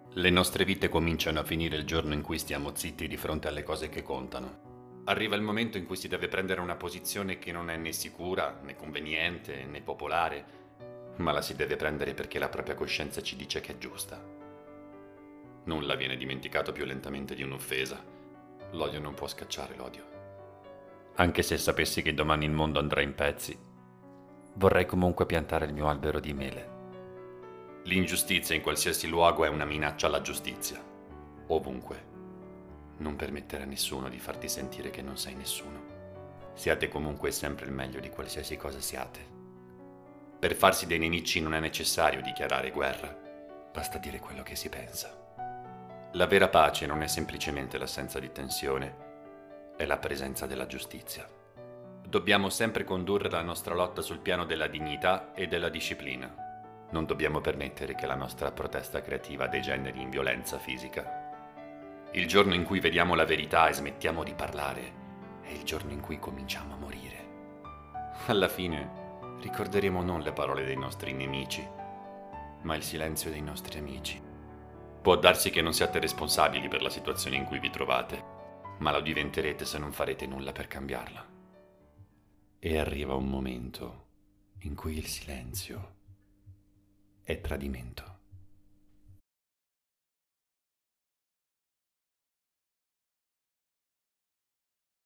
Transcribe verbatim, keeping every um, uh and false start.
Le nostre vite cominciano a finire il giorno in cui stiamo zitti di fronte alle cose che contano. Arriva il momento in cui si deve prendere una posizione che non è né sicura, né conveniente, né popolare, ma la si deve prendere perché la propria coscienza ci dice che è giusta. Nulla viene dimenticato più lentamente di un'offesa. L'odio non può scacciare l'odio. Anche se sapessi che domani il mondo andrà in pezzi, vorrei comunque piantare il mio albero di mele. L'ingiustizia in qualsiasi luogo è una minaccia alla giustizia. Ovunque. Non permettere a nessuno di farti sentire che non sei nessuno. Siate comunque sempre il meglio di qualsiasi cosa siate. Per farsi dei nemici non è necessario dichiarare guerra, basta dire quello che si pensa. La vera pace non è semplicemente l'assenza di tensione, è la presenza della giustizia. Dobbiamo sempre condurre la nostra lotta sul piano della dignità e della disciplina. Non dobbiamo permettere che la nostra protesta creativa degeneri in violenza fisica. Il giorno in cui vediamo la verità e smettiamo di parlare è il giorno in cui cominciamo a morire. Alla fine ricorderemo non le parole dei nostri nemici, ma il silenzio dei nostri amici. Può darsi che non siate responsabili per la situazione in cui vi trovate, ma lo diventerete se non farete nulla per cambiarla. E arriva un momento in cui il silenzio è tradimento.